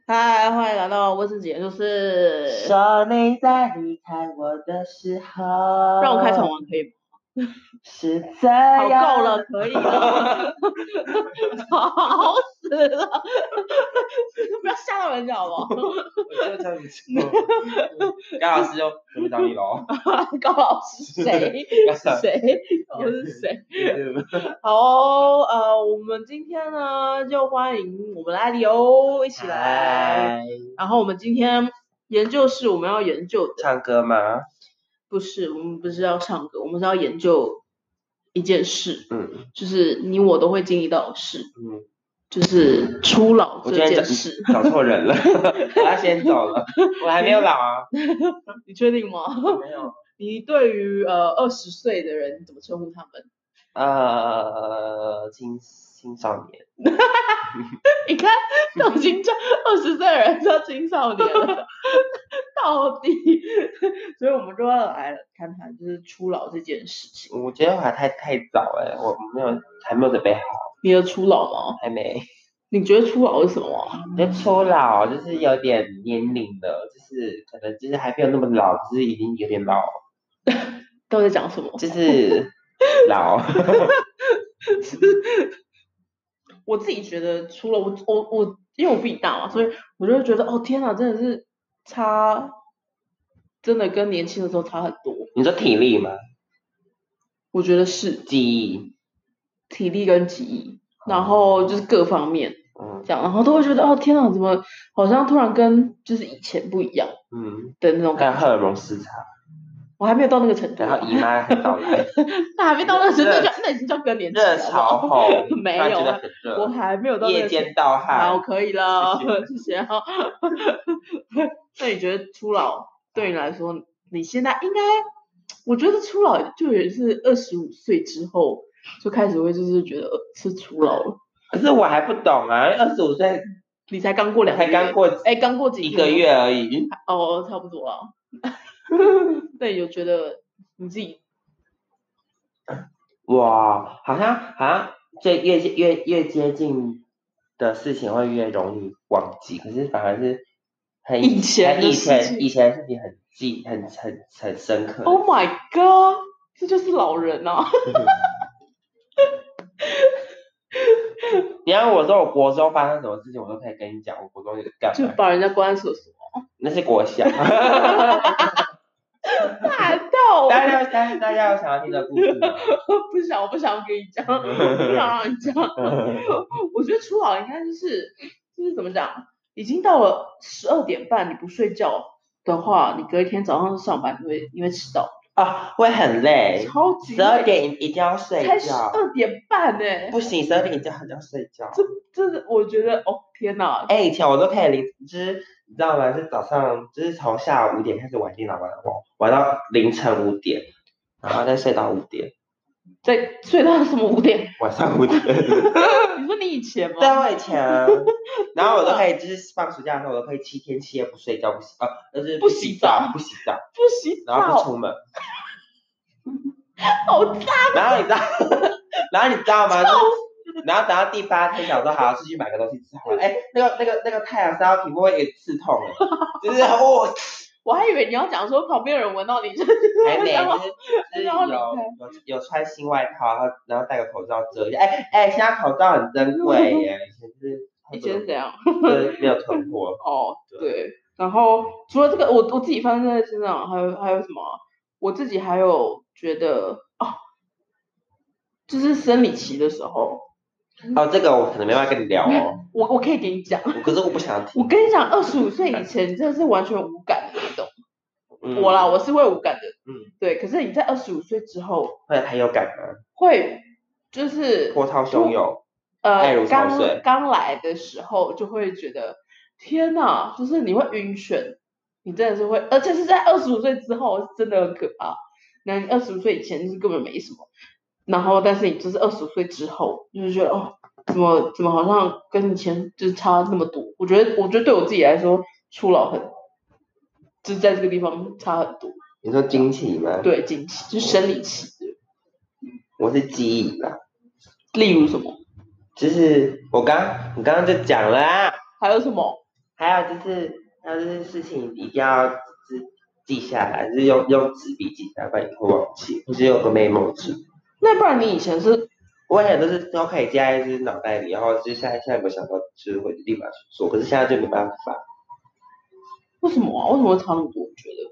嗨，欢迎来到温世杰，就是说你在离开我的时候， 让我开场完可以吗？ 是这好， 样。 够了，可以了，吵死了，不要吓到人家好不好？ 我觉得这样不错。高老师就准备找你喽。 高老师谁？谁？我是谁？好我们今天呢就欢迎我们的艾迪欧一起来。然后我们今天研究室我们要研究的唱歌吗？ 不是，我们不是要唱歌，我们是要研究一件事，就是你我都会经历到的事，就是初老这件事。 找错人了，我要先走了，我还没有老啊。 你确定吗？ 没有。 你对于20岁的人怎么称呼他们？ 青少年。 你看，都已经叫20岁的人叫青少年了，到底，所以我们就要来谈谈就是初老这件事情。 我觉得我还太早我还没有准备好。 你的初老吗？ 还没。 你觉得初老是什么啊？ 我觉得初老就是有点年龄的，就是可能就是还没有那么老，就是已经有点老。 都在讲什么？ 就是老。 我自己觉得，除了我，因为我比你大嘛，所以我就会觉得，哦天哪，真的是差，真的跟年轻的时候差很多。 你说体力吗？ 我觉得是记忆， 体力跟记忆，然后就是各方面，这样，然后都会觉得，哦天哪，怎么好像突然跟就是以前不一样，的那种感觉。 还有荷尔蒙失常。 我还没有到那个程度。 然后姨妈很早来。 那还没到那个程度，那已经叫更年期了。 热潮后。 没有，我还没有到那个。 夜间盗汗。 好，可以了，谢谢。那你觉得初老对你来说，你现在应该，我觉得初老就也是25岁之后就开始会就是觉得是初老了。 可是我还不懂啊，25岁， 你才刚过2个月，刚过几 1个月而已。 哦，差不多了。那你有觉得你自己？ 哇，好像越接近的事情会越容易忘记，可是反而是以前的事情很深刻。 Oh my god， 这就是老人啊！ 你要我说我国中发生什么事情，我都可以跟你讲。我国中干嘛？ 就把人家关在厕所。 那是国小。 大到大家有想要听的故事吗？ 不想，我不想跟你讲，我不想让你讲。我觉得初老应该就是怎么讲，已经到了12点半，你不睡觉的话，你隔一天早上上班你会迟到啊，会很累， 超级累。 12点一定要睡觉， 才12点半不行，12点一定要睡觉。 这是我觉得天哪！ 以前我都可以就是你知道吗？是早上就是从下午5点开始玩电脑玩到凌晨5点，然后再睡到5点。 再睡到什么5点？ 晚上5点。 你说你以前吗？ 对，我以前啊。然后我都可以就是放暑假的时候，我都可以7天7夜不睡觉，就是不洗澡， 然后不出门。 好脏。 然后你知道吗？然后等到第8天，想说好出去买个东西吃好了。那个太阳晒到皮肤会刺痛就是我还以为你要讲说旁边有人闻到你， 还没，就是有穿新外套，然后戴个口罩遮一下。现在口罩很珍贵耶， 以前是怎样？ 没有囤货。 对。然后除了这个，我自己发生在身上，还有什么？我自己还有觉得就是生理期的时候。 这个我可能没办法跟你聊我可以给你讲， 可是我不想听。 我跟你讲，25岁以前你真的是完全无感的，你懂？我是会无感的，对。可是你在25岁之后， 会很有感吗？ 会，就是波涛汹涌，爱如潮水。 刚来的时候就会觉得天哪，就是你会晕眩，你真的是会，而且是在25岁之后，真的很可怕。那你25岁以前就是根本没什么。然后，但是你就是25岁之后，就是觉得怎么好像跟以前就是差那么多。我觉得对我自己来说，初老就是在这个地方差很多。 你说经期吗？ 对，经期就是生理期。 我是记忆吧。 例如什么？ 就是你刚刚就讲了啊。 还有什么？ 还有就是事情一定要记下来，就是用纸笔记下来，不然你会忘记，或是有个 memo 纸。 那不然你以前是？ 我以前都可以记在就是脑袋里，然后就是现在没有想到，就是会立马去做，可是现在就没办法。 为什么啊？为什么会差那么多？我觉得。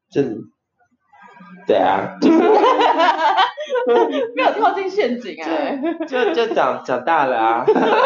对啊。 没有跳进陷阱哎。 就长大了啊。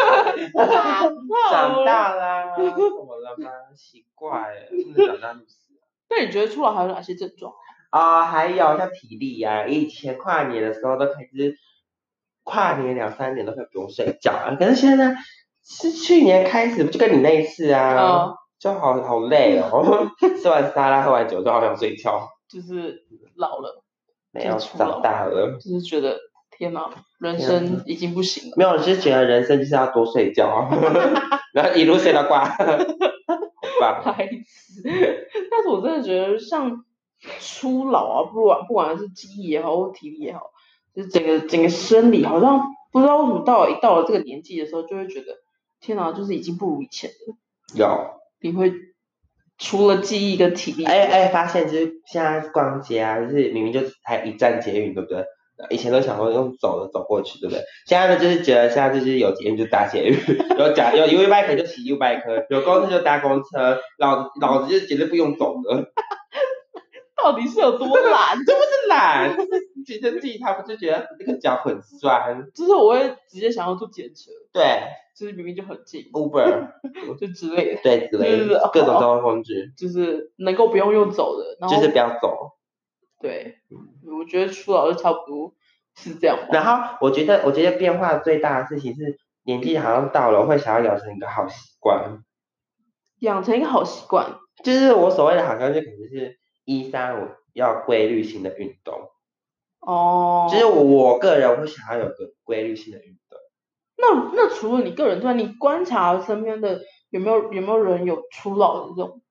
长大啦，怎么了吗？奇怪，真的长大就是。 那你觉得初老还有哪些症状？ 还有像体力啊，以前跨年的时候都可以，就是跨年2、3点都可以不用睡觉啊，可是现在是去年开始，就跟你那一次啊，就好累哦。吃完沙拉喝完酒就好想睡觉。 就是老了。 没有，长大了。 就是觉得天哪，人生已经不行了。 没有，就是觉得人生就是要多睡觉，然后一路睡到挂。好棒。 孩子，但是我真的觉得像初老啊，不管是记忆也好，或体力也好，就是整个生理好像不知道为什么到了这个年纪的时候，就会觉得天哪，就是已经不如以前了。 有。 你会除了记忆跟体力， 发现就是现在逛街啊，就是明明就才一站捷运，对不对？以前都想说用走的走过去，对不对？现在呢，就是觉得现在就是有捷运就搭捷运，有 U bike 就骑 U bike，有公车就搭公车，老子就绝对不用走的。 到底是有多懒？ 这不是懒，觉得自己他不就觉得那个脚很酸， 就是我会直接想要坐捷车。 对， 就是明明就很近 ，Uber 就之类的， 对，之类的，各种交通工具， 就是能够不用走的，然后就是不要走。 对，我觉得初老就差不多是这样。 然后我觉得变化最大的事情是年纪好像到了，会想要养成一个好习惯。 养成一个好习惯， 就是我所谓的好像就可能是1、3、5要规律性的运动。就是我个人会想要有个规律性的运动。 那除了你个人之外，你观察身边的有没有人有初老的这种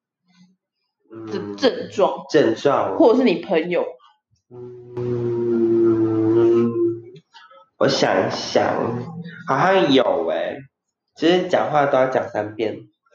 症状，或者是你朋友？ 我想想，好像有就是讲话都要讲3遍。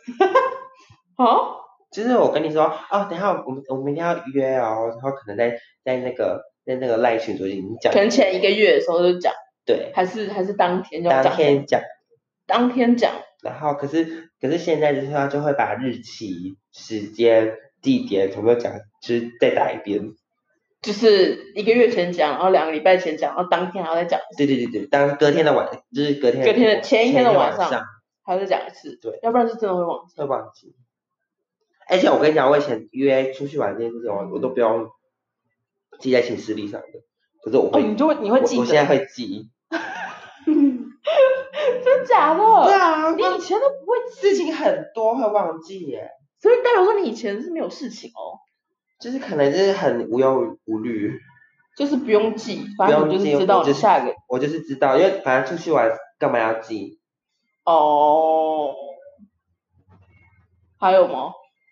就是我跟你说等一下我明天要约哦，然后可能在那个赖群组已经讲， 可能前1个月的时候就讲， 对， 还是当天就讲，当天讲， 然后可是现在就是他就会把日期、时间、地点全部讲，就是再打一遍。就是 1个月前讲，然后2个礼拜前讲，然后当天还要再讲。 对，当隔天的就是隔天的前一天的晚上还要再讲一次， 对， 要不然是真的会忘记。而且我跟你讲，我以前约出去玩这件事情，我都不用记在行事历上的，可是我会， 你会记得， 我现在会记。 真假的？ 对啊， 你以前都不会记， 事情很多会忘记耶。 所以代表说你以前是没有事情哦。 就是可能就是很无忧无虑， 就是不用记，反正你就是知道你下一个。 我就是知道，因为反正出去玩干嘛要记？ 还有吗？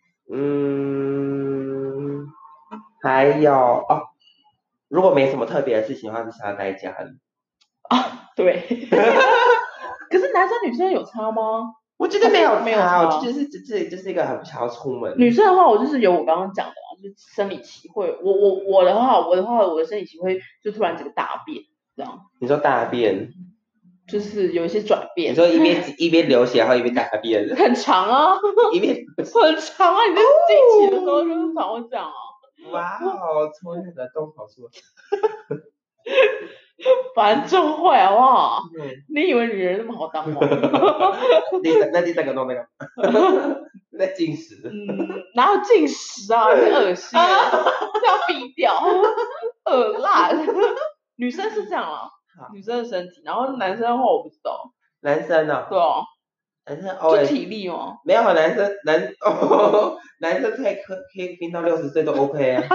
还有如果没什么特别的事情的话，就想要待在家里。 对。可是男生女生有差吗？ 我觉得没有差，我觉得这里就是一个很不想要出门。 女生的话，我就是有我刚刚讲的就是生理期会，我的话，我的生理期会就突然这个大变这样。 你说大便？ 就是有一些转变。 你说一边流血，然后一边大便？ 很长啊。很长啊！你在经期的时候就是常会这样啊。 哇哦，从那个洞跑出来。 反正会好不好？你以为女人那么好当吗？ 那第3个洞那个在进食。 哪有进食啊？很恶心，这要避掉，恶烂。女生是这样啊，女生的身体，然后男生的话我不知道。 男生啊？ 对啊。 男生就体力吗？ 没有，男生可以拼到60岁都 OK 啊。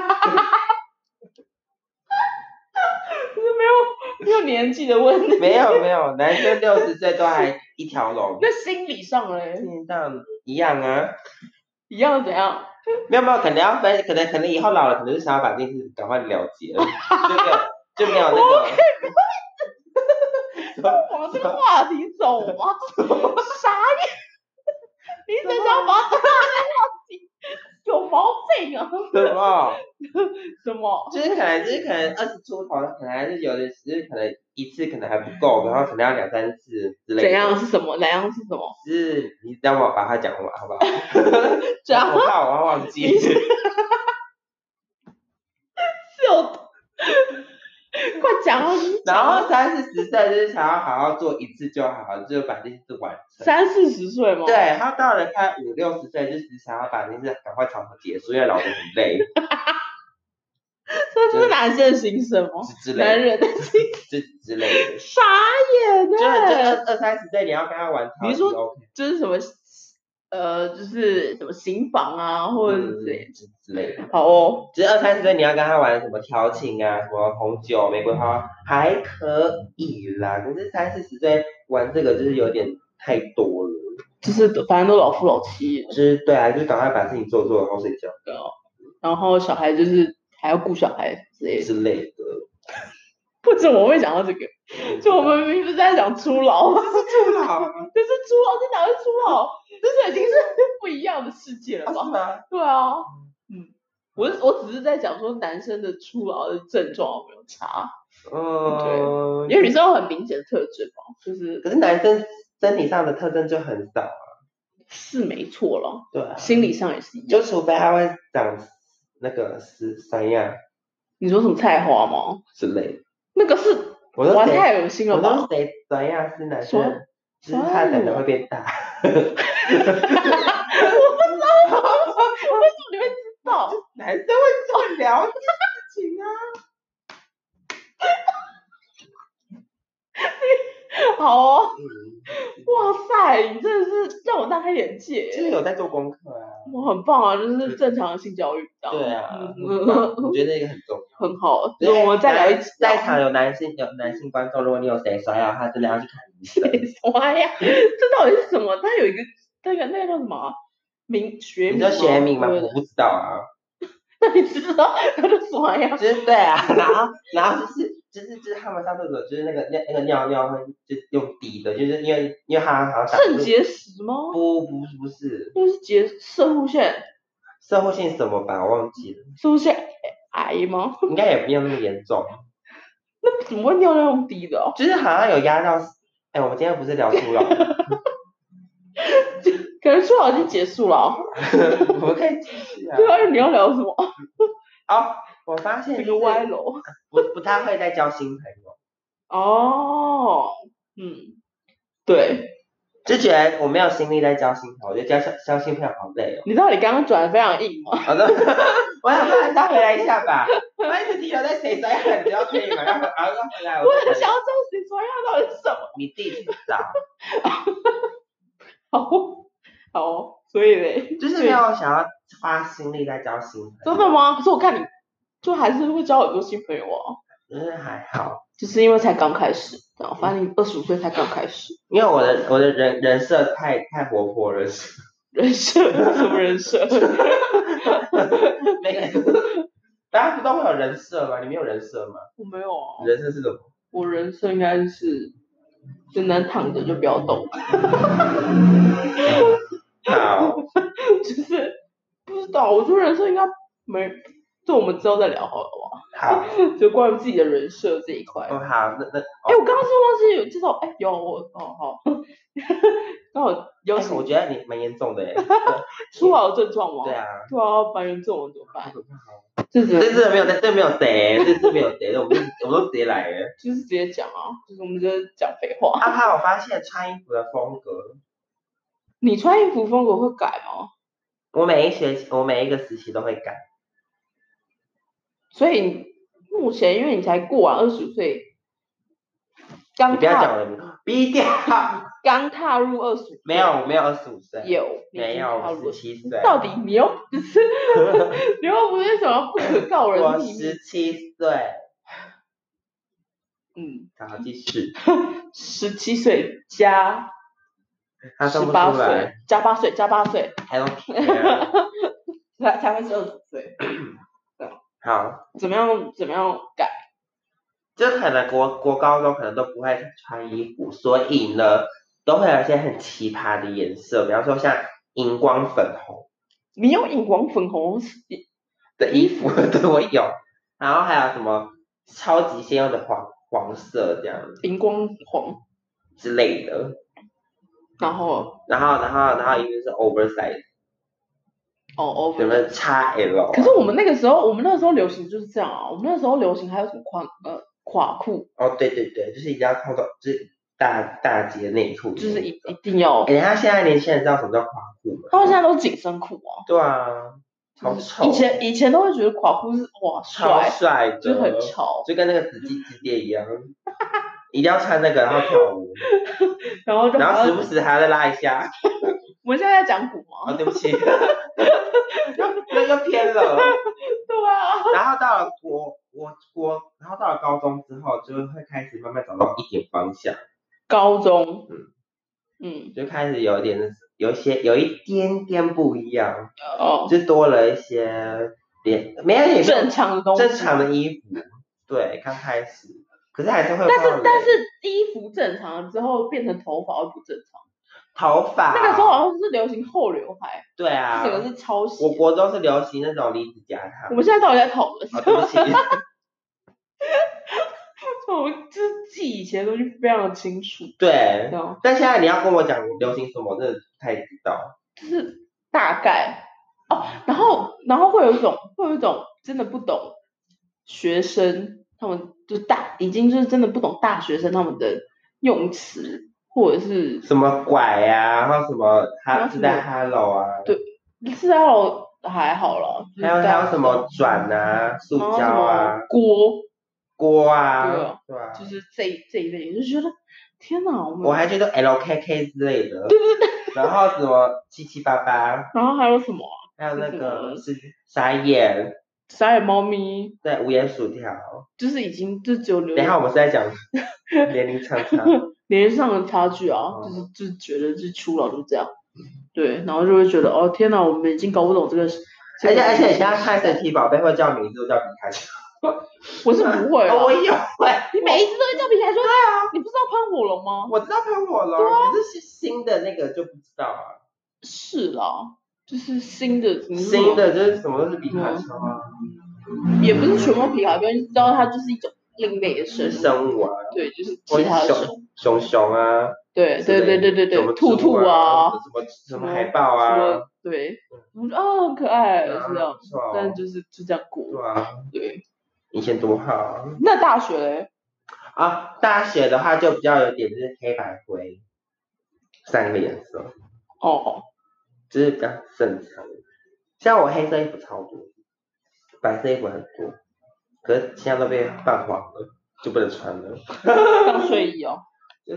没有年纪的问题。 没有，男生60岁都还一条龙。 那心理上嘞？ 心理上一样啊。 一样怎样？ 没有，可能要分，可能以后老了，可能是想要把这件事赶快了结了，就没有那个。 往这个话题走吗？傻眼！你一直想把它病啊！ 什么？ 什么？ 就是可能20出头，可能还是有的，只是可能一次可能还不够，然后可能要2、3次之类的。 怎样是什么？哪样是什么？ 就是你让我把它讲完好不好？ 讲我怕我要忘记。 是有，快讲啊！ 然后30、40岁就是想要好好做一次就好，就把这件事完成。 30、40岁吗？ 对，他到了快50、60岁，就是想要把这件事赶快草草结束，因为老子很累。 这是男生的心声吗？ 之类的， 男人的心之类的。 傻眼就20、30岁你要跟他玩， 你说就是什么就是什么刑房啊，或者是之类的。 好哦， 就是20、30岁你要跟他玩什么调情啊，什么红酒、玫瑰花还可以啦，可是30、40岁玩这个就是有点太多了。 就是反正都老夫老妻， 就是对啊，就是赶快把事情做，然后睡觉。 对哦，然后小孩就是还要顾小孩之类的。为什么会讲到这个？就我们明明不是在讲初老， 这是初老， 这哪是初老？这已经是不一样的世界了吧？ 是吗？ 对啊，我只是在讲说男生的初老的症状有没有差？对，因为女生有很明显的特征嘛，就是。 可是男生身体上的特征就很少啊。 是没错了， 对啊， 心理上也是一样， 就除非他会长那个三样。 你说什么菜花吗？ 之类的。 那个是玩太恶心了吧？ 我说谁三样是男生，就是他可能会变大。我不知道，为什么你会知道？ 男生会这么聊这个事情啊。 好哦，哇塞，你真的是让我大开眼界。 就是有在做功课啊。 我很棒啊，就是正常的性教育。 对啊，我觉得那个很重要。 很好，所以我们再聊一集。 在场有男性观众，如果你有谁刷牙，他真的要去看医生。 刷牙，这到底是什么？他有一个那个叫什么学名？ 你说学名吗？我不知道啊。 那你知道他就刷牙？ 就是对啊，然后就是他们上厕所，就是那个尿会就用滴的，就是因为他好像肾结石吗？ 不是， 那是射护腺。 射护腺什么吧，我忘记了。 射护腺癌吗？ 应该也没有那么严重。 那怎么会尿用滴的哦？ 就是好像有压到，我们今天不是聊初老， 可能初老已经结束了。 我们可以继续啊。 对啊，你要聊什么？ 我发现这个歪楼， 不太会再交新朋友。 哦， 对。 就觉得我没有心力在交新朋友，我觉得交新朋友好累哦。 你知道你刚刚转的非常硬吗？ 好的，我想说再回来一下吧。我一直停留在谁摔牙，你要可以吗？然后回来。 我很想要知道谁摔牙到底是什么。 你自己去找。 好，所以嘞， 就是没有想要花心力在交新朋友。 真的吗？可是我看你，就还是会交很多新朋友啊。 就是还好， 就是因为才刚开始，反正你25岁才刚开始。 因为我的人设太活泼了。 人设？什么人设？ 那个，大家不都会有人设吗？你没有人设吗？ 我没有啊。 人设是什么？ 我人设应该是就能躺着就不要动。 好。 就是不知道，我觉得人设应该没，这我们之后再聊好了吧。 好， 就关于自己的人设这一块。 好，那我刚刚是忘记有介绍，有我好，刚好有。 我觉得你蛮严重的耶。 初老的症状吗？ 对啊， 蛮严重的，怎么办？ 这没有谁，这次没有谁，我们都直接来了。 就是直接讲啊，就是我们就是讲废话。 我发现穿衣服的风格。 你穿衣服风格会改吗？ 我每一个时期都会改。 所以目前因为你才过完25岁， 你不要讲我的名字，逼掉。 刚踏入25， 没有25岁， 没有 17岁。 到底你又不是什么不可告人秘密。 我17岁。好，继续。 17岁加18岁，加8岁， I don't care。 才会是25岁。 好， 怎么样改？ 就可能国高中可能都不会穿衣服，所以呢，都会有一些很奇葩的颜色，比方说像荧光粉红。 你有荧光粉红的衣服，对我有，然后还有什么超级鲜艳的黄色这样荧光黄， 之类的， 然后一定是 oversize， 哦什么 over。 XL 啊。 可是我们那个时候流行就是这样啊，我们那时候流行还有什么垮裤， 哦，对对对，就是一定要看到，就是大节内裤， 就是一定要。 哎，他现在年轻人知道什么叫垮裤吗？ 他们现在都是紧身裤啊。 对啊，超丑。 以前都会觉得垮裤是哇超帅的， 就很潮， 就跟那个紫禁之巅一样，一定要穿那个然后跳舞，然后时不时还要再拉一下。 我们现在在讲鼓吗？ 哦，对不起，又偏了。 对啊。 然后到了然后到了高中之后，就会开始慢慢找到一点方向。 高中， 就开始有一点点不一样，就多了一些没有正常的东西， 正常的衣服，对，刚开始，可是还是会但是衣服正常了之后变成头发会不正常。 头发那个时候好像是流行后刘海， 对啊， 这个是抄袭。 我国中是流行那种离子夹烫。 我们现在到底在讨论？ 对不起。 我就是记以前的东西非常的清楚。 对，但现在你要跟我讲流行什么，我真的不太知道。 就是大概哦，然后会有一种真的不懂学生，他们就已经就是真的不懂大学生他们的用词，或者是什么拐啊，然后什么是在 hello 啊， 对，是在 hello 还好啦， 还有什么转啊，塑胶啊，锅啊，对啊， 就是这一类，就觉得天哪， 我还觉得 LKK 之类的，对，然后什么778， 然后还有什么？ 还有那个是傻眼猫咪， 对，无盐薯条， 就是已经就只有留。 等一下我们是在讲年龄差， 年龄上的差距啊，就是觉得就出了就这样，对，然后就会觉得哦天哪，我们已经搞不懂这个。 而且你现在看神奇宝贝会叫名字都叫皮卡丘。 我是不会啊， 我有你每一次都会叫皮卡丘？对啊，你不知道喷火龙吗？ 我知道喷火龙，可是新的那个就不知道啊。 是啦，就是新的就是什么都是皮卡丘啊。 也不是全部皮卡丘，你知道它就是一种另类的生物啊。 对，就是其他的熊啊。 对，兔啊， 什么海豹啊。 对，我觉得很可爱，是这样，但就是就这样过。 对啊。 对。 以前多好。 那大学嘞？ 啊，大学的话就比较有点就是黑白灰3个颜色。哦。就是比较正常。像我黑色衣服超多，白色衣服很多，可是现在都被泛黄了，就不能穿了。 当睡衣哦。 就是，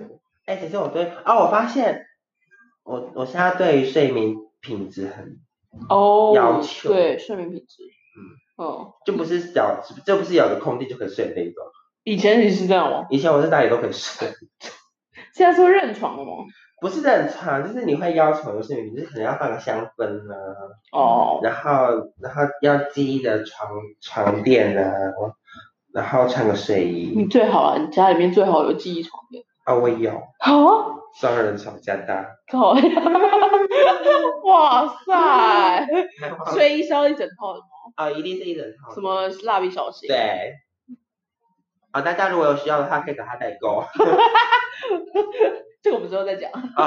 其实我发现我现在对于睡眠品质很要求。 对，睡眠品质。 就不是有个空地就可以睡的那种。 以前你是这样吗？ 以前我是哪里都可以睡。 现在是会认床了吗？ 不是认床，就是你会要求睡眠，就是可能要放个香氛啊。然后要记忆的床垫啊，然后穿个睡衣。 你最好你家里面最好有记忆床垫。 我有。双人床加大。 哇塞！睡衣是要一整套的吗？ 一定是一整套。 什么蜡笔小新？ 对。大家如果有需要的话，可以找他代购。 这个我们之后再讲。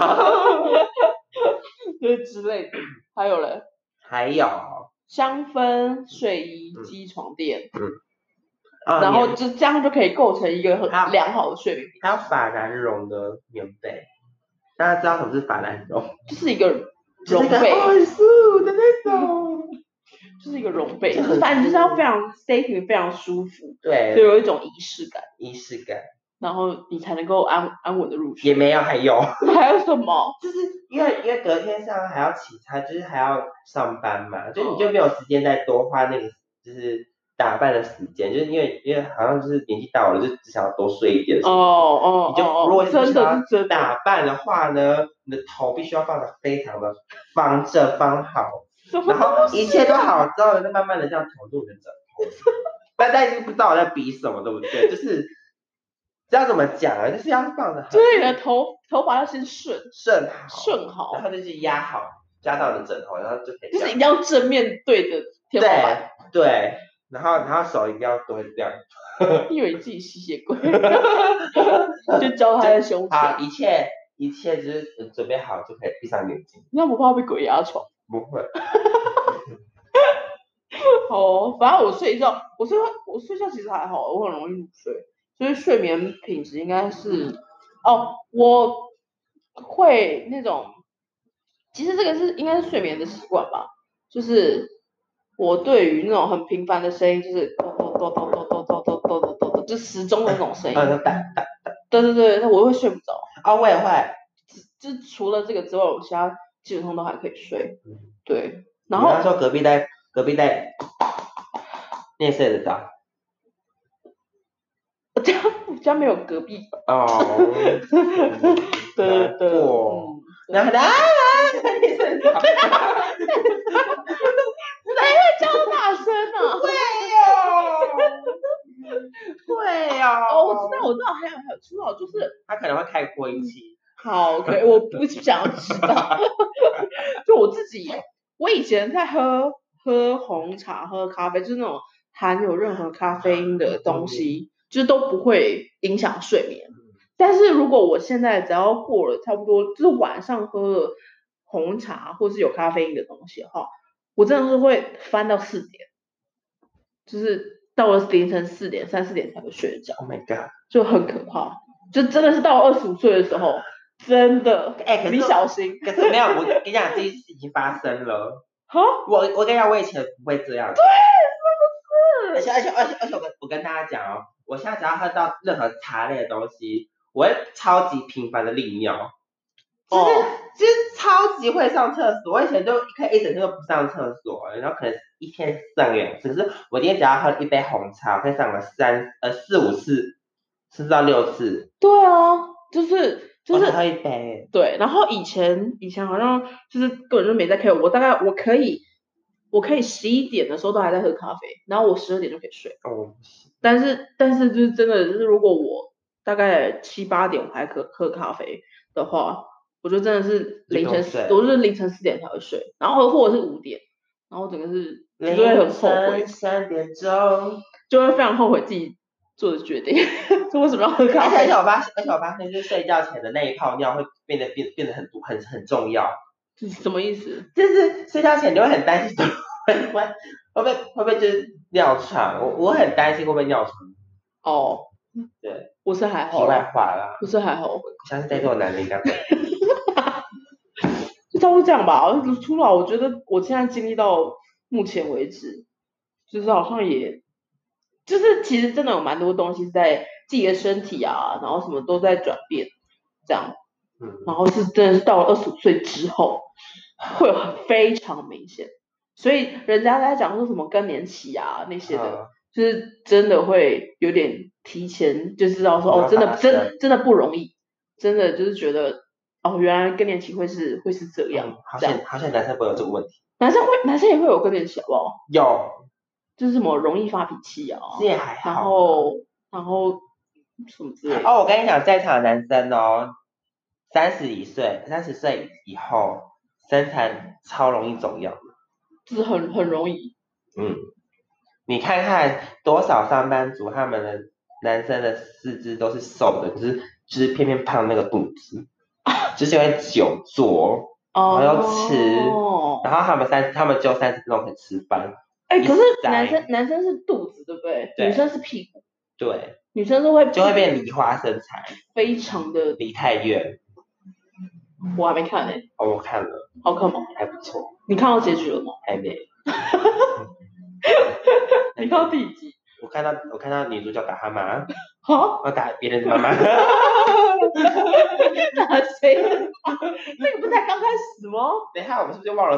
就是之类的。还有嘞？ 还有香氛、睡衣、记忆床垫。然后就这样就可以构成一个很良好的睡眠。 还有法兰绒的棉被，大家知道什么是法兰绒？ 就是一个绒被， 很舒服的那种。 就是一个绒被，反正就是要非常 safe， 非常舒服， 对， 就有一种仪式感，然后你才能够安稳的入睡。 也没有，还有什么？ 就是因为隔天上还要起差，就是还要上班嘛，就你就没有时间再多花那个就是打扮的时间，就是因为好像就是年纪大了，就只想要多睡一点。你就如果真的打扮的话呢，你的头必须要放得非常的方正方好。然后一切都好之后，再慢慢的这样调度你的枕头。大家已经不知道我在比什么，对不对？就是这要怎么讲啊？就是要放的很。 对，你的头发要先顺好， 然后就是压到你的枕头，然后就可以。 就是一定要正面对着天花板。 对，然后手一定要都会这样。 你以为你自己吸血鬼？就教他的胸前。 好，一切就是准备好就可以闭上眼睛。 那不怕被鬼压床？ 不会。 哦，反正我睡觉其实还好，我很容易入睡，所以睡眠品质应该是我会那种，其实这个应该是睡眠的习惯吧，就是我对于那种很频繁的声音，就是咚咚咚咚咚咚咚咚咚咚咚，就时钟的那种声音，对，那我会睡不着。 我也会。 就除了这个之外，我其他基本上都还可以睡。对，然后他说隔壁在你也睡得着？ 我家没有隔壁。对， 然后你睡着？ 谁会叫大声啊？ 会哦。 我知道，还有知道，就是他可能会开扩音器。 好，可以，我不想要知道。就我以前在喝红茶、喝咖啡，就是那种含有任何咖啡因的东西，就是都不会影响睡眠。但是如果我现在只要过了差不多，就是晚上喝了红茶或是有咖啡因的东西的话，我真的是会翻到4点，就是到了凌晨4点、3、4点才会睡着。 Oh my god， 就很可怕，就真的是到了25岁的时候，真的，你小心。 可是没有，我跟你讲，这件事已经发生了。我跟你讲，我以前不会这样。 对， 是不是？而且我跟大家讲哦，我现在只要喝到任何茶类的东西，我会超级频繁的利尿，就是超级会上厕所。我以前就可以一整天都不上厕所，然后可能一天上2次。可是我今天只要喝一杯红茶，我可以上个4、5次，甚至到6次。 对啊，就是我才喝一杯。 对，然后以前好像就是根本就没在 care，我可以11点的时候都还在喝咖啡，然后我12点就可以睡。但是就是真的就是如果我大概7、8点我还喝咖啡的话，我就真的是我就是凌晨4点才会睡，然后或者是5点，然后整个是就会很后悔 ，3点钟就会非常后悔自己做的决定，说为什么要喝咖啡？ 而且我发现就是睡觉前的那一泡尿会变得很重要。 这是什么意思？ 就是睡觉前你会很担心会不会就是尿床？我很担心会不会尿床。对， 我是还好。 题外话啦。 我是还好。 我相信在座的男人应该会。 就差不多这样吧。初老，我觉得我现在经历到目前为止，就是好像就是其实真的有蛮多东西在自己的身体啊，然后什么都在转变，这样。然后是真的是到了25岁之后，会非常明显。所以人家在讲说什么更年期啊那些的，就是真的会有点提前就知道说真的不容易，真的就是觉得原来更年期会是这样。 好像男生不会有这个问题。 男生也会有更年期好不好？ 有。 就是什么容易发脾气啊， 这也还好。 然后什么之类的。 我跟你讲，在场的男生30岁以后身材超容易走样， 就是很容易。 你看看多少上班族，他们的男生的四肢都是瘦的，就是偏偏胖那个肚子，就是因为久坐，然后又吃，然后他们就30分钟可以吃饭。 可是男生是肚子对不对？女生是屁股。 对。 女生就会变梨花身材， 非常的梨泰院。 我还没看我看了。 好看吗？ 还不错。 你看到结局了吗？ 还没。 你看到第几集？ 我看到女主角打她妈。 我打别人的妈妈。 打谁？那个不是才刚开始吗？ 等一下，我们是不是就忘了？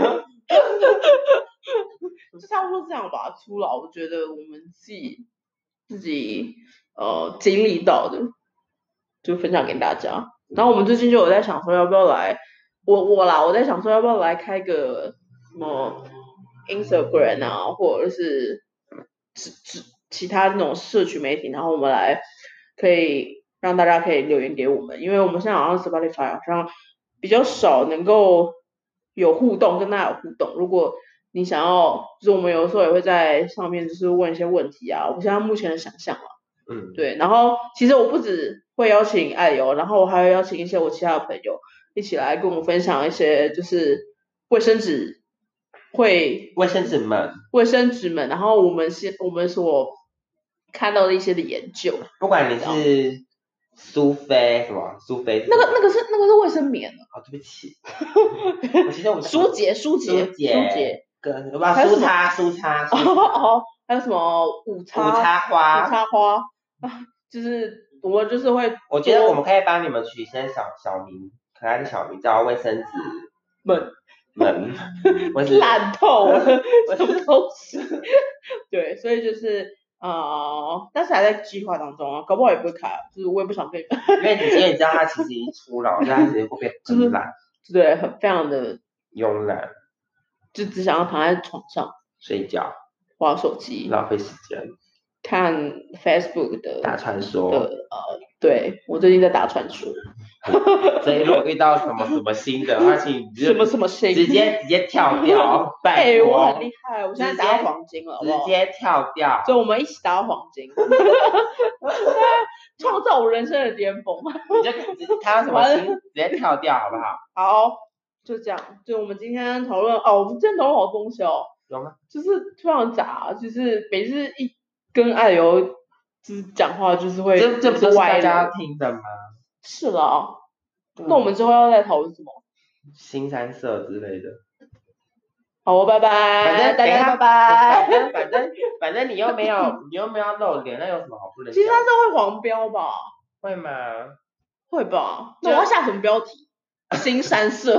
就差不多这样吧。初老，我觉得我们自己经历到的，就分享给大家。然后我们最近就有在想说，要不要来我在想说，要不要来开个什么 Instagram 啊，或者是其他那种社群媒体，然后我们可以让大家可以留言给我们，因为我们现在好像 Spotify 好像比较少能够有互动，跟大家有互动。如果你想要，就是我们有的时候也会在上面就是问一些问题啊，我现在目前的想象啊，对，然后其实我不止会邀请爱友，然后我还会邀请一些我其他的朋友一起来跟我分享一些就是卫生纸卫生纸们， 然后我们所看到的一些的研究， 不管你是苏菲那个是卫生棉哦，对不起，其实我们舒洁跟什么舒擦哦，还有什么午餐花就是我们就是会， 我觉得我们可以帮你们取一些小名，可爱的小名叫卫生纸们， 烂透了，什么东西？对，所以就是但是还在计划当中啊，搞不好也不会开，就是我也不想跟你们， 因为你知道他其实已经出了，所以他其实会变很懒， 对，非常的慵懒， 就只想要躺在床上睡觉、 滑手机、 浪费时间、 看 Facebook 的打传说。 对，我最近在打传说。 所以如果遇到什么新的话，请什么新， 直接跳掉，拜托。 我很厉害，我现在打到黄金了， 直接跳掉。 所以我们一起打到黄金，创造我人生的巅峰。 你就看到什么新，直接跳掉好不好？ 好，就这样。就我们今天讨论我们今天讨论好多东西哦。 有吗？ 就是非常杂，就是每次一跟爱友就是讲话就是会， 这不是大家要听的吗？ 是啦，那我们之后要再讨论什么？ 新三色之类的。 好，拜拜，大家拜拜。反正你又没有要露脸，那有什么好不能讲？ 其实它是会黄标吧？ 会吗？ 会吧？那我要下什么标题？新三色，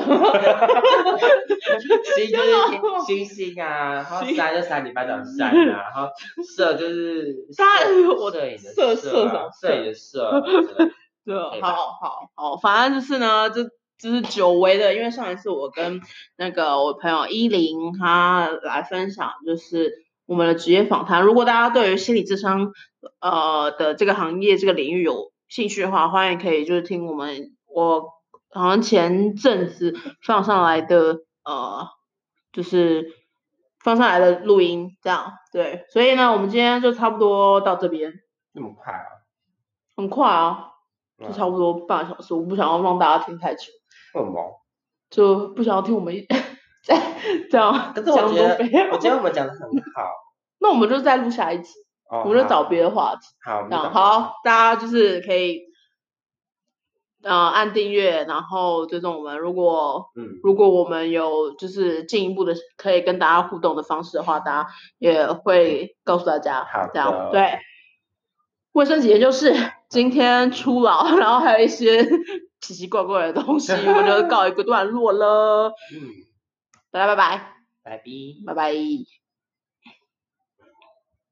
新就是星星啊，然后山就山里班长山啊，然后色就是摄影的摄， 对，好，反正就是呢，就是久违的，因为上一次我跟那个我朋友10他来分享，就是我们的职业访谈。如果大家对于心理咨商的这个行业这个领域有兴趣的话，欢迎可以就是听我好像前阵子放上来的就是放上来的录音，这样对。所以呢，我们今天就差不多到这边。 那么快啊？ 很快啊，就差不多半个小时。我不想要让大家听太久。 为什么？ 就不想要听我们这样。 可是我觉得我们讲的很好。 那我们就再录下一集，我们就找别的话题。好，大家就是可以按订阅，然后追踪我们。如果我们有就是进一步的可以跟大家互动的方式的话，大家也会告诉大家。 好， 这样对。卫生纸研究室今天出牢，然后还有一些奇奇怪怪的东西，我们就告一个段落了。大家拜拜。 拜拜。